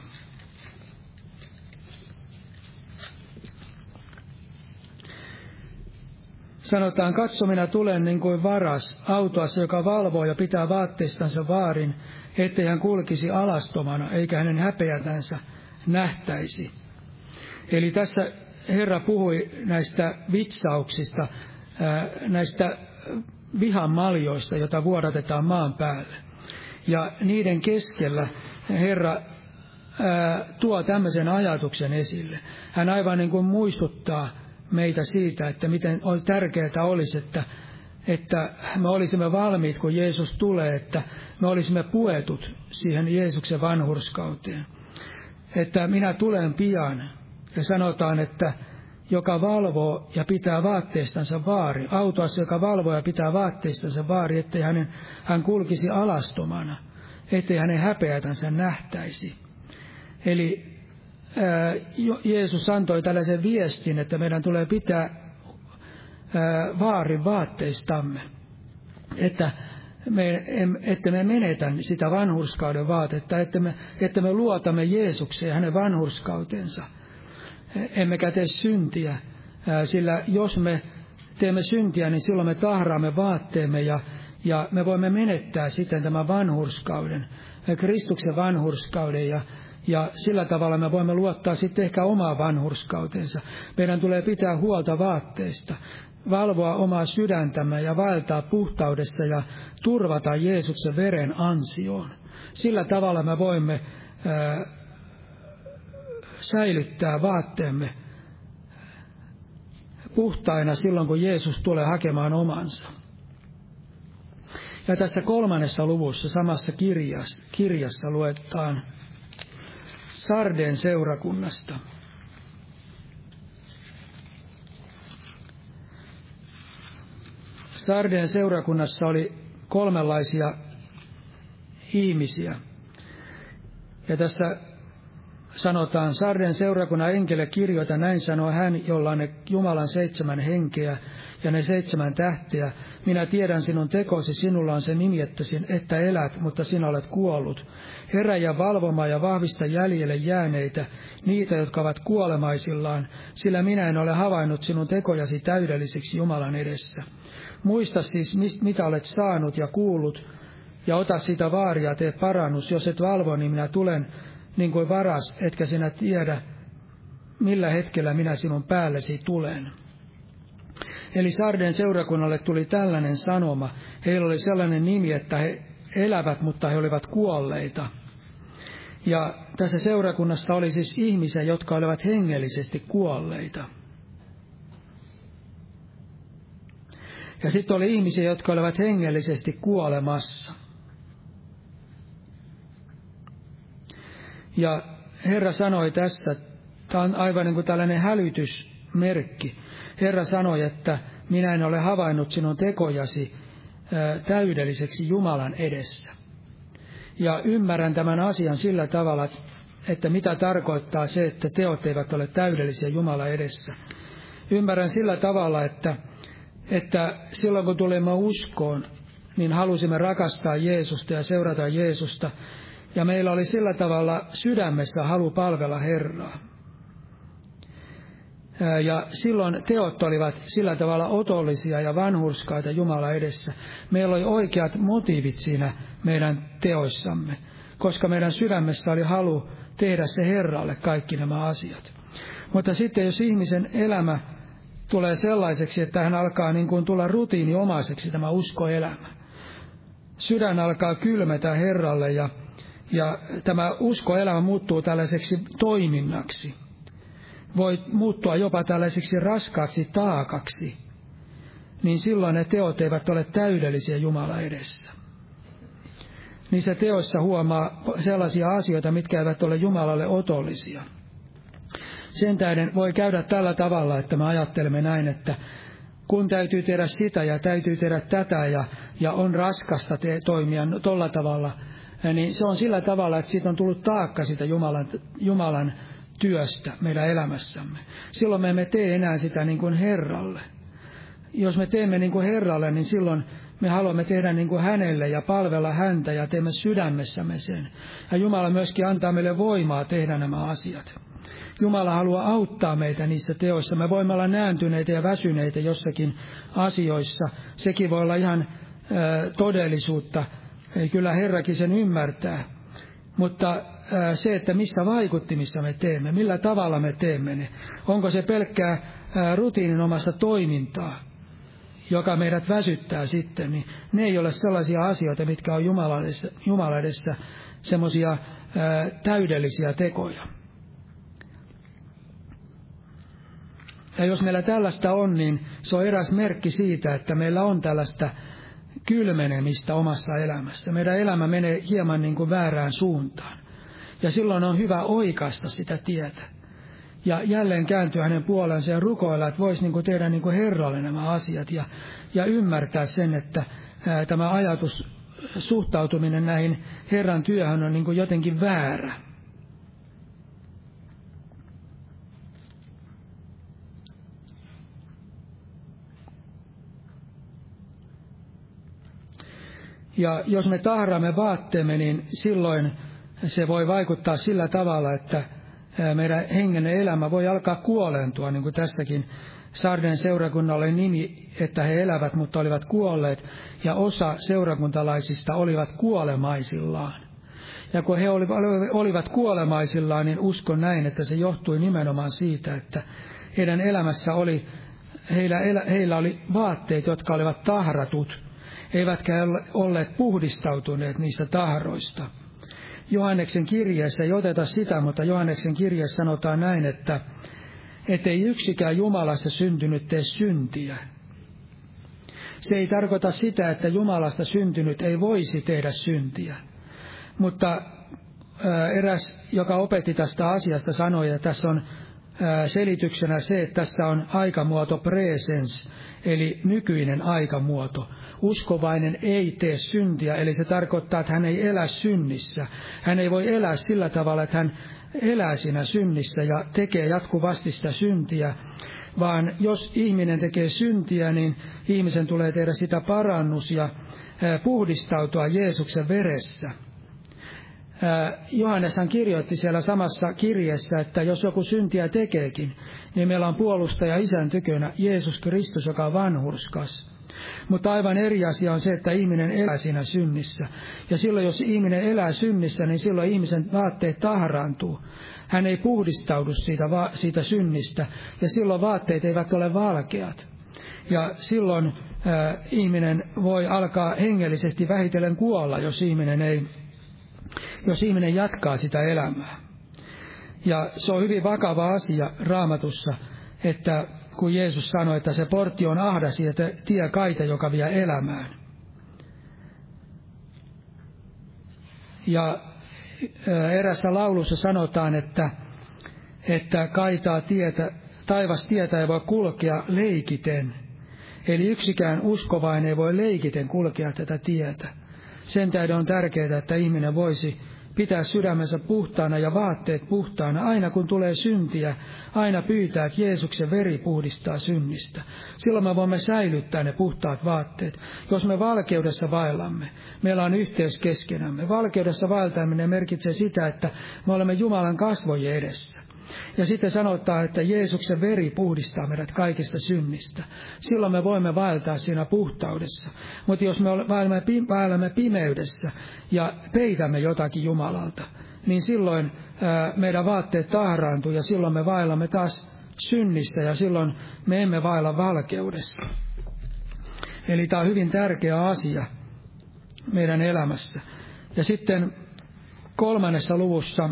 B: Sanotaan, katso minä tulen niin kuin varas autoassa, joka valvoo ja pitää vaatteistansa vaarin, ettei hän kulkisi alastomana, eikä hänen häpeätänsä nähtäisi. Eli tässä Herra puhui näistä vitsauksista, näistä vihan maljoista, joita vuodatetaan maan päälle. Ja niiden keskellä Herra ää, tuo tämmöisen ajatuksen esille. Hän aivan niin kuin muistuttaa meitä siitä, että miten tärkeää olisi, että, että me olisimme valmiit, kun Jeesus tulee, että me olisimme puetut siihen Jeesuksen vanhurskauteen. Että minä tulen pian. Ja sanotaan, että joka valvoo ja pitää vaatteistansa vaari. Autoassa, joka valvoo ja pitää vaatteistansa vaari, ettei hänen, hän kulkisi alastomana, ettei hänen häpeätänsä nähtäisi. Eli ää, Jeesus antoi tällaisen viestin, että meidän tulee pitää ää, vaarin vaatteistamme, että me, että me menetä sitä vanhurskauden vaatetta, että me, että me luotamme Jeesukseen ja hänen vanhurskautensa. Emmekä tee syntiä, sillä jos me teemme syntiä, niin silloin me tahraamme vaatteemme ja, ja me voimme menettää sitten tämän vanhurskauden, Kristuksen vanhurskauden ja, ja sillä tavalla me voimme luottaa sitten ehkä omaa vanhurskautensa. Meidän tulee pitää huolta vaatteista, valvoa omaa sydäntämme ja vaeltaa puhtaudessa ja turvata Jeesuksen veren ansioon. Sillä tavalla me voimme ää, säilyttää vaatteemme puhtaina silloin, kun Jeesus tulee hakemaan omansa. Ja tässä kolmannessa luvussa samassa kirjassa, kirjassa luetaan Sardeen seurakunnasta. Sardeen seurakunnassa oli kolmenlaisia ihmisiä. Ja tässä sanotaan, Sarden seurakunnan enkele kirjoita, näin sanoo hän, jolla on ne Jumalan seitsemän henkeä ja ne seitsemän tähteä. Minä tiedän sinun tekosi, sinulla on se nimi, että, että elät, mutta sinä olet kuollut. Herää ja valvoma ja vahvista jäljelle jääneitä, niitä, jotka ovat kuolemaisillaan, sillä minä en ole havainnut sinun tekojasi täydellisiksi Jumalan edessä. Muista siis, mitä olet saanut ja kuullut, ja ota siitä vaaria, tee parannus. Jos et valvo, niin minä tulen niin kuin varas, etkä sinä tiedä, millä hetkellä minä sinun päällesi tulen. Eli Sarden seurakunnalle tuli tällainen sanoma. Heillä oli sellainen nimi, että he elävät, mutta he olivat kuolleita. Ja tässä seurakunnassa oli siis ihmisiä, jotka olivat hengellisesti kuolleita. Ja sitten oli ihmisiä, jotka olivat hengellisesti kuolemassa. Ja Herra sanoi tässä, tämä on aivan niin kuin tällainen hälytysmerkki. Herra sanoi, että minä en ole havainnut sinun tekojasi täydelliseksi Jumalan edessä. Ja ymmärrän tämän asian sillä tavalla, että mitä tarkoittaa se, että teot eivät ole täydellisiä Jumalan edessä. Ymmärrän sillä tavalla, että, että silloin kun tulimme uskoon, niin halusimme rakastaa Jeesusta ja seurata Jeesusta. Ja meillä oli sillä tavalla sydämessä halu palvella Herraa. Ja silloin teot olivat sillä tavalla otollisia ja vanhurskaita Jumala edessä. Meillä oli oikeat motiivit siinä meidän teoissamme, koska meidän sydämessä oli halu tehdä se Herralle kaikki nämä asiat. Mutta sitten jos ihmisen elämä tulee sellaiseksi, että hän alkaa niin kuin tulla rutiiniomaiseksi tämä uskoelämä. Sydän alkaa kylmetä Herralle ja, ja tämä uskoelämä muuttuu tällaiseksi toiminnaksi. Voi muuttua jopa tällaiseksi raskaaksi taakaksi, niin silloin ne teot eivät ole täydellisiä Jumala edessä. Niissä teoissa huomaa sellaisia asioita, mitkä eivät ole Jumalalle otollisia. Sen tähden voi käydä tällä tavalla, että me ajattelemme näin, että kun täytyy tehdä sitä ja täytyy tehdä tätä ja, ja on raskasta te- toimia tolla tavalla, niin se on sillä tavalla, että siitä on tullut taakka sitä Jumalan, Jumalan työstä meidän elämässämme. Silloin me emme tee enää sitä niin kuin Herralle. Jos me teemme niin kuin Herralle, niin silloin me haluamme tehdä niin kuin hänelle ja palvella häntä ja teemme sydämessämme sen. Ja Jumala myöskin antaa meille voimaa tehdä nämä asiat. Jumala haluaa auttaa meitä niissä teoissa. Me voimme olla nääntyneitä ja väsyneitä jossakin asioissa. Sekin voi olla ihan ä, todellisuutta. Ei, kyllä Herrakin sen ymmärtää. Mutta ä, se, että missä vaikuttimissa me teemme, millä tavalla me teemme ne. Onko se pelkkää ä, rutiininomasta toimintaa, joka meidät väsyttää sitten, niin ne ei ole sellaisia asioita, mitkä on Jumalan edessä, Jumalan edessä semmoisia täydellisiä tekoja. Ja jos meillä tällaista on, niin se on eräs merkki siitä, että meillä on tällaista kylmenemistä omassa elämässä. Meidän elämä menee hieman niin kuin väärään suuntaan. Ja silloin on hyvä oikaista sitä tietä. ja jälleen kääntyä hänen puolensa ja rukoilla, että voisi niin kuin tehdä niin kuin Herralle nämä asiat ja, ja ymmärtää sen, että ää, tämä ajatus, suhtautuminen näihin Herran työhön on niin kuin jotenkin väärä. Ja jos me tahraamme vaatteemme, niin silloin se voi vaikuttaa sillä tavalla, että meidän hengellinen elämä voi alkaa kuolentua, niin kuin tässäkin Sarden seurakunnalle nimi, että he elävät, mutta olivat kuolleet, ja osa seurakuntalaisista olivat kuolemaisillaan. Ja kun he olivat kuolemaisillaan, niin uskon näin, että se johtui nimenomaan siitä, että heidän elämässä oli, heillä, heillä oli vaatteet, jotka olivat tahratut, eivätkä olleet puhdistautuneet niistä tahroista. Johanneksen kirjeessä ei oteta sitä, mutta Johanneksen kirjeessä sanotaan näin, että ettei yksikään Jumalasta syntynyt tee syntiä. Se ei tarkoita sitä, että Jumalasta syntynyt ei voisi tehdä syntiä. Mutta eräs, joka opetti tästä asiasta, sanoi, että tässä on selityksenä se, että tässä on aikamuoto presens, eli nykyinen aikamuoto. Uskovainen ei tee syntiä, eli se tarkoittaa, että hän ei elä synnissä. Hän ei voi elää sillä tavalla, että hän elää siinä synnissä ja tekee jatkuvasti sitä syntiä, vaan jos ihminen tekee syntiä, niin ihmisen tulee tehdä sitä parannus ja puhdistautua Jeesuksen veressä. Johanneshan kirjoitti siellä samassa kirjeessä, että jos joku syntiä tekeekin, niin meillä on puolustaja Isän tykönä Jeesus Kristus, joka on vanhurskas. Mutta aivan eri asia on se, että ihminen elää siinä synnissä. Ja silloin, jos ihminen elää synnissä, niin silloin ihmisen vaatteet tahraantuu. Hän ei puhdistaudu siitä, va- siitä synnistä, ja silloin vaatteet eivät ole valkeat. Ja silloin äh, ihminen voi alkaa hengellisesti vähitellen kuolla, jos ihminen, ei, jos ihminen jatkaa sitä elämää. Ja se on hyvin vakava asia Raamatussa, että kun Jeesus sanoi, että se portti on ahdas ja tie kaita, joka vie elämään. Ja erässä laulussa sanotaan, että, että kaitaa tietä, taivas tietä ei voi kulkea leikiten. Eli yksikään uskovainen ei voi leikiten kulkea tätä tietä. Sen tähden on tärkeää, että ihminen voisi pitää sydämensä puhtaana ja vaatteet puhtaana. Aina kun tulee syntiä, aina pyytää, että Jeesuksen veri puhdistaa synnistä. Silloin me voimme säilyttää ne puhtaat vaatteet. Jos me valkeudessa vaellamme, meillä on yhteys keskenämme. Valkeudessa vaeltaminen merkitsee sitä, että me olemme Jumalan kasvojen edessä. Ja sitten sanotaan, että Jeesuksen veri puhdistaa meidät kaikista synnistä. Silloin me voimme vaeltaa siinä puhtaudessa. Mutta jos me vaellamme pimeydessä ja peitämme jotakin Jumalalta, niin silloin ää, meidän vaatteet tahraantuu ja silloin me vaellamme taas synnistä ja silloin me emme vaella valkeudessa. Eli tämä on hyvin tärkeä asia meidän elämässä. Ja sitten kolmannessa luvussa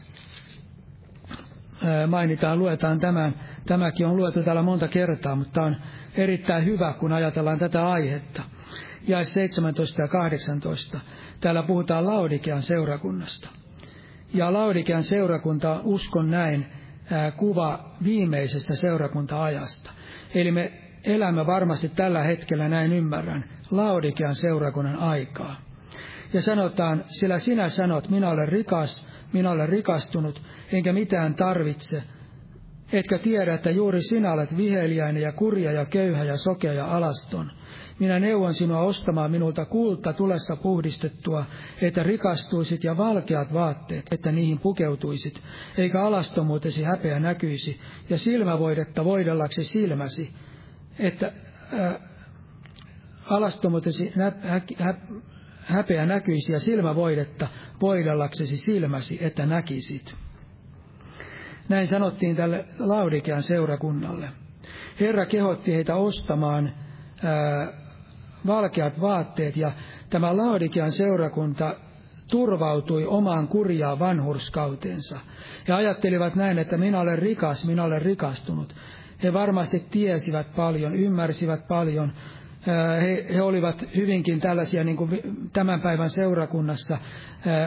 B: mainitaan, luetaan tämän. Tämäkin on luettu täällä monta kertaa, mutta on erittäin hyvä, kun ajatellaan tätä aihetta. Jae seitsemäntoista ja kahdeksantoista. Täällä puhutaan Laodikean seurakunnasta. Ja Laodikean seurakunta, uskon näin, ää, kuva viimeisestä seurakunta-ajasta. Eli me elämme varmasti tällä hetkellä, näin ymmärrän, Laodikean seurakunnan aikaa. Ja sanotaan, sillä sinä sanot, minä olen rikas, minä olen rikastunut, enkä mitään tarvitse. Etkä tiedä, että juuri sinä olet viheliäinen ja kurja ja köyhä ja sokea ja alaston. Minä neuvon sinua ostamaan minulta kulta tulessa puhdistettua, että rikastuisit ja valkeat vaatteet, että niihin pukeutuisit, eikä alastomuutesi häpeä näkyisi, ja silmävoidetta voidellaksi silmäsi, että äh, alastomuutesi nä, hä, hä, häpeä näkyisi ja silmävoidetta voidellaksesi silmäsi, että näkisit. Näin sanottiin tälle Laodikean seurakunnalle. Herra kehotti heitä ostamaan ää, valkeat vaatteet, ja tämä Laodikean seurakunta turvautui omaan kurjaan vanhurskauteensa. He ajattelivat näin, että minä olen rikas, minä olen rikastunut. He varmasti tiesivät paljon, ymmärsivät paljon. He, he olivat hyvinkin tällaisia, niin kuin tämän päivän seurakunnassa,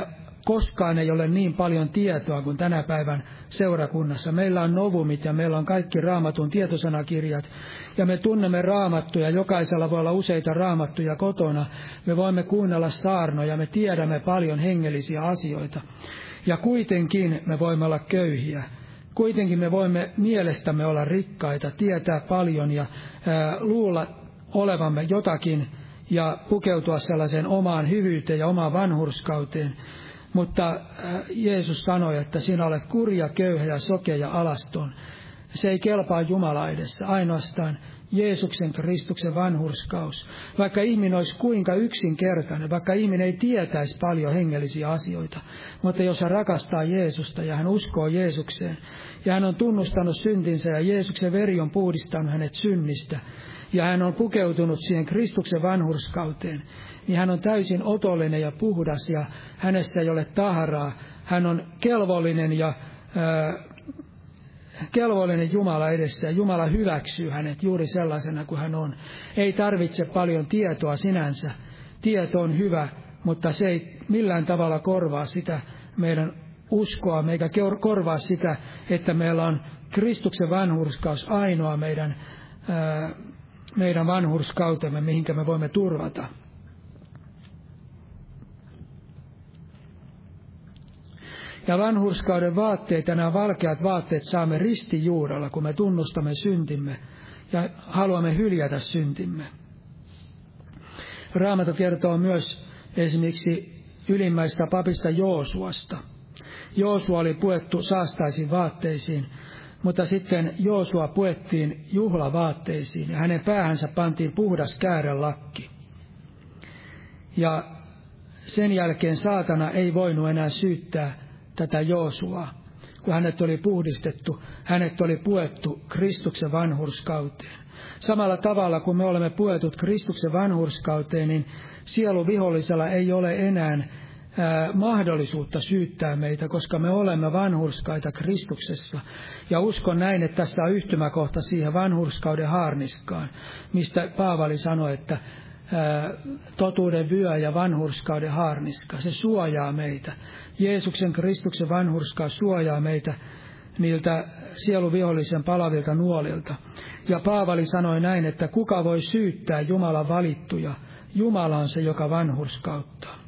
B: koskaan ei ole niin paljon tietoa kuin tänä päivän seurakunnassa. Meillä on novumit ja meillä on kaikki Raamatun tietosanakirjat ja me tunnemme Raamattuja. Jokaisella voi olla useita Raamattuja kotona. Me voimme kuunnella saarnoja, me tiedämme paljon hengellisiä asioita. Ja kuitenkin me voimme olla köyhiä. Kuitenkin me voimme mielestämme olla rikkaita, tietää paljon ja ää, luulla olevamme jotakin ja pukeutua sellaiseen omaan hyvyyteen ja omaan vanhurskauteen. Mutta Jeesus sanoi, että sinä olet kurja, köyhä ja sokea ja alaston. Se ei kelpaa Jumala edessä, ainoastaan Jeesuksen Kristuksen vanhurskaus. Vaikka ihminen olisi kuinka yksinkertainen, vaikka ihminen ei tietäisi paljon hengellisiä asioita, mutta jos hän rakastaa Jeesusta ja hän uskoo Jeesukseen, ja hän on tunnustanut syntinsä ja Jeesuksen veri on puhdistanut hänet synnistä, ja hän on pukeutunut siihen Kristuksen vanhurskauteen, niin hän on täysin otollinen ja puhdas ja hänessä ei ole taharaa. Hän on kelvollinen ja ää, kelvollinen Jumala edessä ja Jumala hyväksyy hänet juuri sellaisena kuin hän on. Ei tarvitse paljon tietoa sinänsä. Tieto on hyvä, mutta se ei millään tavalla korvaa sitä meidän uskoa, eikä korvaa sitä, että meillä on Kristuksen vanhurskaus ainoa meidän, ää, meidän vanhurskautemme, mihinkä me voimme turvata. Ja vanhurskauden vaatteita, nämä valkeat vaatteet saamme ristijuurella, kun me tunnustamme syntimme ja haluamme hyljätä syntimme. Raamattu kertoo myös esimerkiksi ylimmäistä papista Joosuasta. Joosua oli puettu saastaisiin vaatteisiin, mutta sitten Joosua puettiin juhlavaatteisiin ja hänen päähänsä pantiin puhdas käärelakki. Ja sen jälkeen saatana ei voinut enää syyttää tätä Joosuaa, kun hänet oli puhdistettu, hänet oli puettu Kristuksen vanhurskauteen. Samalla tavalla, kun me olemme puetut Kristuksen vanhurskauteen, niin sieluvihollisella ei ole enää ää, mahdollisuutta syyttää meitä, koska me olemme vanhurskaita Kristuksessa. Ja uskon näin, että tässä on yhtymäkohta siihen vanhurskauden haarniskaan, mistä Paavali sanoi, että totuuden vyö ja vanhurskauden haarniska. Se suojaa meitä. Jeesuksen Kristuksen vanhurskaus suojaa meitä niiltä sieluvihollisen palavilta nuolilta. Ja Paavali sanoi näin, että kuka voi syyttää Jumalan valittuja? Jumala on se, joka vanhurskauttaa.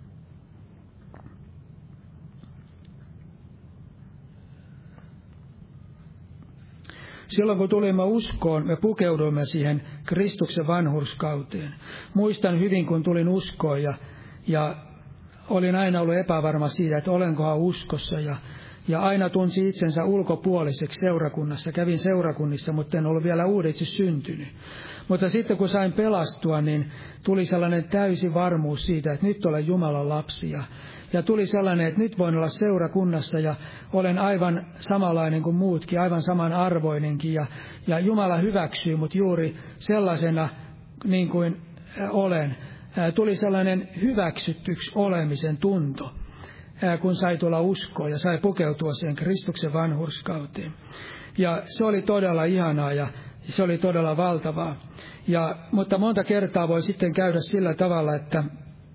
B: Silloin kun tulimme uskoon, me pukeuduimme siihen Kristuksen vanhurskauteen. Muistan hyvin, kun tulin uskoon ja, ja olin aina ollut epävarma siitä, että olenkohan uskossa. Ja, ja aina tunsi itsensä ulkopuoliseksi seurakunnassa. Kävin seurakunnissa, mutta en ollut vielä uudesti syntynyt. Mutta sitten kun sain pelastua, niin tuli sellainen täysi varmuus siitä, että nyt olen Jumalan lapsi. Ja, ja tuli sellainen, että nyt voin olla seurakunnassa ja olen aivan samanlainen kuin muutkin, aivan samanarvoinenkin. Ja, ja Jumala hyväksyy mut juuri sellaisena niin kuin olen. Tuli sellainen hyväksytyksi olemisen tunto, kun sai tulla uskoon ja sai pukeutua siihen Kristuksen vanhurskauteen. Ja se oli todella ihanaa ja se oli todella valtavaa. Ja, mutta monta kertaa voi sitten käydä sillä tavalla, että,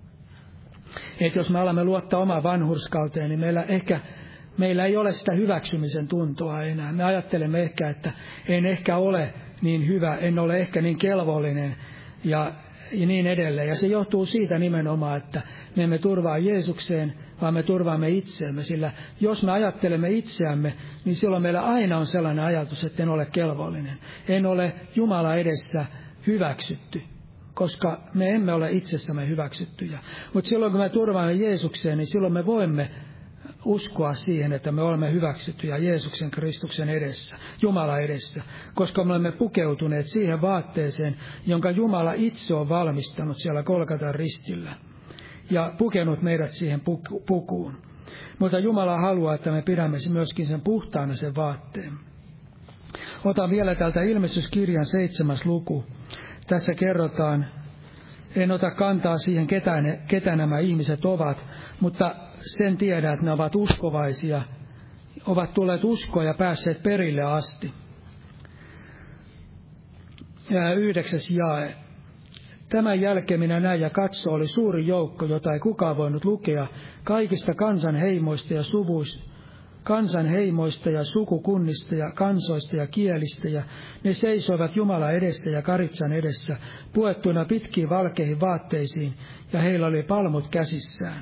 B: että jos me alamme luottaa omaan vanhurskauteen, niin meillä ehkä meillä ei ole sitä hyväksymisen tuntoa enää. Me ajattelemme ehkä, että en ehkä ole niin hyvä, en ole ehkä niin kelvollinen ja, ja niin edelleen. Ja se johtuu siitä nimenomaan, että me emme turvaa Jeesukseen, vaan me turvaamme itseämme. Sillä jos me ajattelemme itseämme, niin silloin meillä aina on sellainen ajatus, että en ole kelvollinen. En ole Jumala edessä hyväksytty, koska me emme ole itsessämme hyväksyttyjä. Mutta silloin kun me turvaamme Jeesukseen, niin silloin me voimme uskoa siihen, että me olemme hyväksyttyjä Jeesuksen Kristuksen edessä, Jumala edessä, koska me olemme pukeutuneet siihen vaatteeseen, jonka Jumala itse on valmistanut siellä Golgatan ristillä ja pukenut meidät siihen pukuun. Mutta Jumala haluaa, että me pidämme myöskin sen puhtaana sen vaatteen. Otan vielä tältä Ilmestyskirjan seitsemäs luku. Tässä kerrotaan, en ota kantaa siihen, ketä, ne, ketä nämä ihmiset ovat, mutta sen tiedän, että ne ovat uskovaisia, ovat tulleet uskoon ja päässeet perille asti. Ja yhdeksäs jae. Tämän jälkeen minä näin ja katso, oli suuri joukko, jota ei kukaan voinut lukea, kaikista kansanheimoista ja suvuista, kansanheimoista ja sukukunnista ja kansoista ja kielistä, ja ne seisoivat Jumalan edessä ja karitsan edessä, puettuina pitkiin valkeihin vaatteisiin, ja heillä oli palmut käsissään.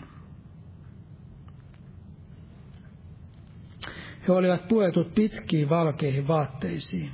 B: He olivat puetut pitkiin valkeihin vaatteisiin.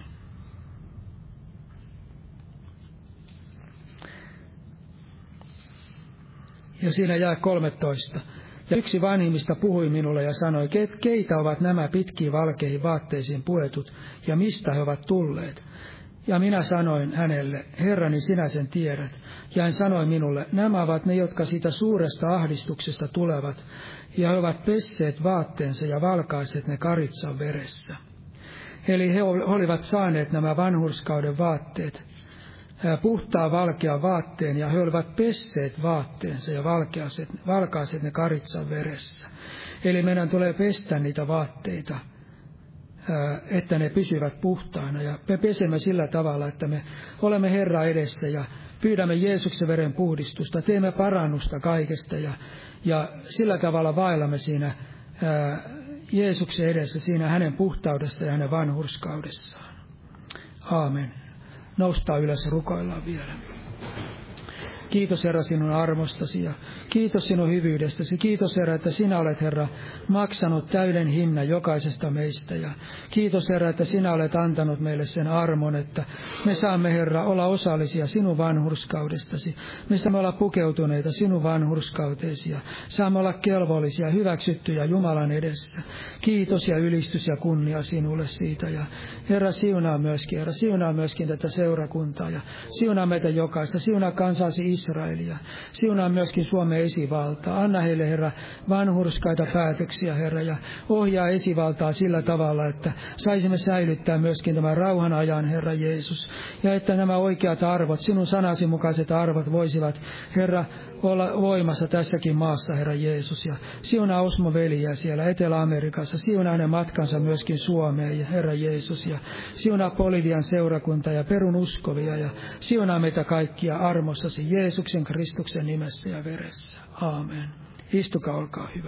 B: Ja siinä jää kolmetoista. Ja yksi vanhimmista puhui minulle ja sanoi, keitä ovat nämä pitkiin valkeihin vaatteisiin puetut, ja mistä he ovat tulleet. Ja minä sanoin hänelle, Herrani, sinä sen tiedät. Ja hän sanoi minulle, nämä ovat ne, jotka siitä suuresta ahdistuksesta tulevat, ja he ovat pesseet vaatteensa ja valkaiset ne karitsan veressä. Eli he olivat saaneet nämä vanhurskauden vaatteet, puhtaan valkean vaatteen, ja he olivat pesseet vaatteensa ja valkaiset ne karitsan veressä. Eli meidän tulee pestä niitä vaatteita, että ne pysyvät puhtaana, ja me pesemme sillä tavalla, että me olemme Herran edessä ja pyydämme Jeesuksen veren puhdistusta, teemme parannusta kaikesta, ja, ja sillä tavalla vaellamme siinä ää, Jeesuksen edessä, siinä hänen puhtaudesta ja hänen vanhurskaudessaan. Aamen. Noustaan ylös ja rukoillaan vielä. Kiitos, Herra, sinun armostasi ja kiitos sinun hyvyydestäsi. Kiitos, Herra, että sinä olet, Herra, maksanut täyden hinnan jokaisesta meistä. Ja kiitos, Herra, että sinä olet antanut meille sen armon, että me saamme, Herra, olla osallisia sinun vanhurskaudestasi. Me saamme olla pukeutuneita sinun vanhurskauteesi ja saamme olla kelvollisia, hyväksyttyjä Jumalan edessä. Kiitos ja ylistys ja kunnia sinulle siitä. Ja Herra, siunaa myöskin, Herra, siunaa myöskin tätä seurakuntaa ja siunaa meitä jokaista. Siunaa kansasi Israelia. Siunaa myöskin Suomen esivaltaa. Anna heille, Herra, vanhurskaita päätöksiä, Herra, ja ohjaa esivaltaa sillä tavalla, että saisimme säilyttää myöskin tämän rauhan ajan, Herra Jeesus. Ja että nämä oikeat arvot, sinun sanasi mukaiset arvot voisivat, Herra, olla voimassa tässäkin maassa, Herra Jeesus. Ja siunaa Osmo veliä siellä Etelä-Amerikassa. Siunaa hänen matkansa myöskin Suomeen, Herra Jeesus. Ja siunaa Bolivian seurakunta ja perun uskovia. Ja siunaa meitä kaikkia armossasi Jeesuksen Kristuksen nimessä ja veressä. Aamen. Istukaa, olkaa hyvä.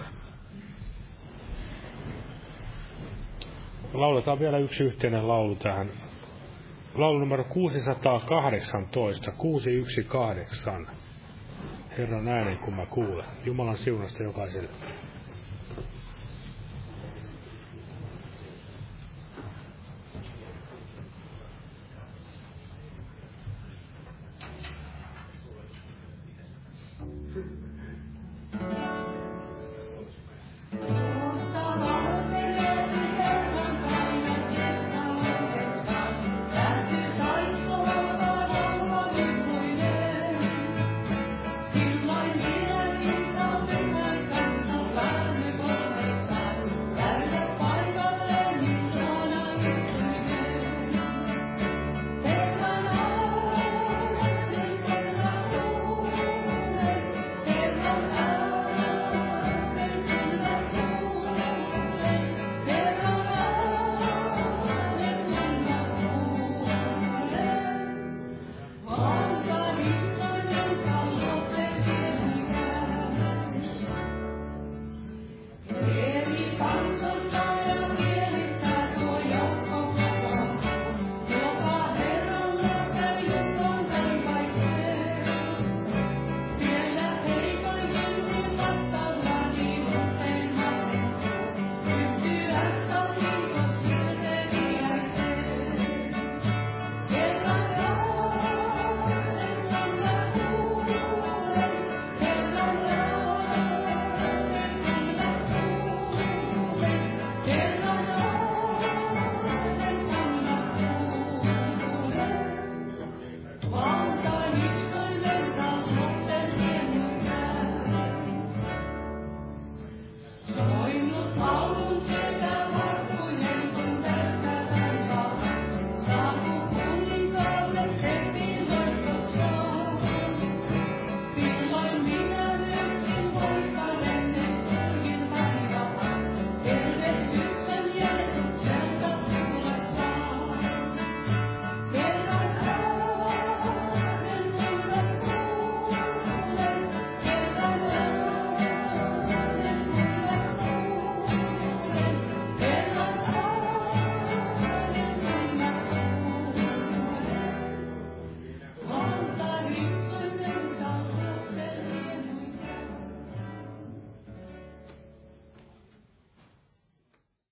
A: Lauletaan vielä yksi yhteinen laulu tähän. Laulu numero kuusisataakahdeksantoista, kuusi yksi kahdeksan. Herran äänen, kun mä kuulen. Jumalan siunasta jokaiselle.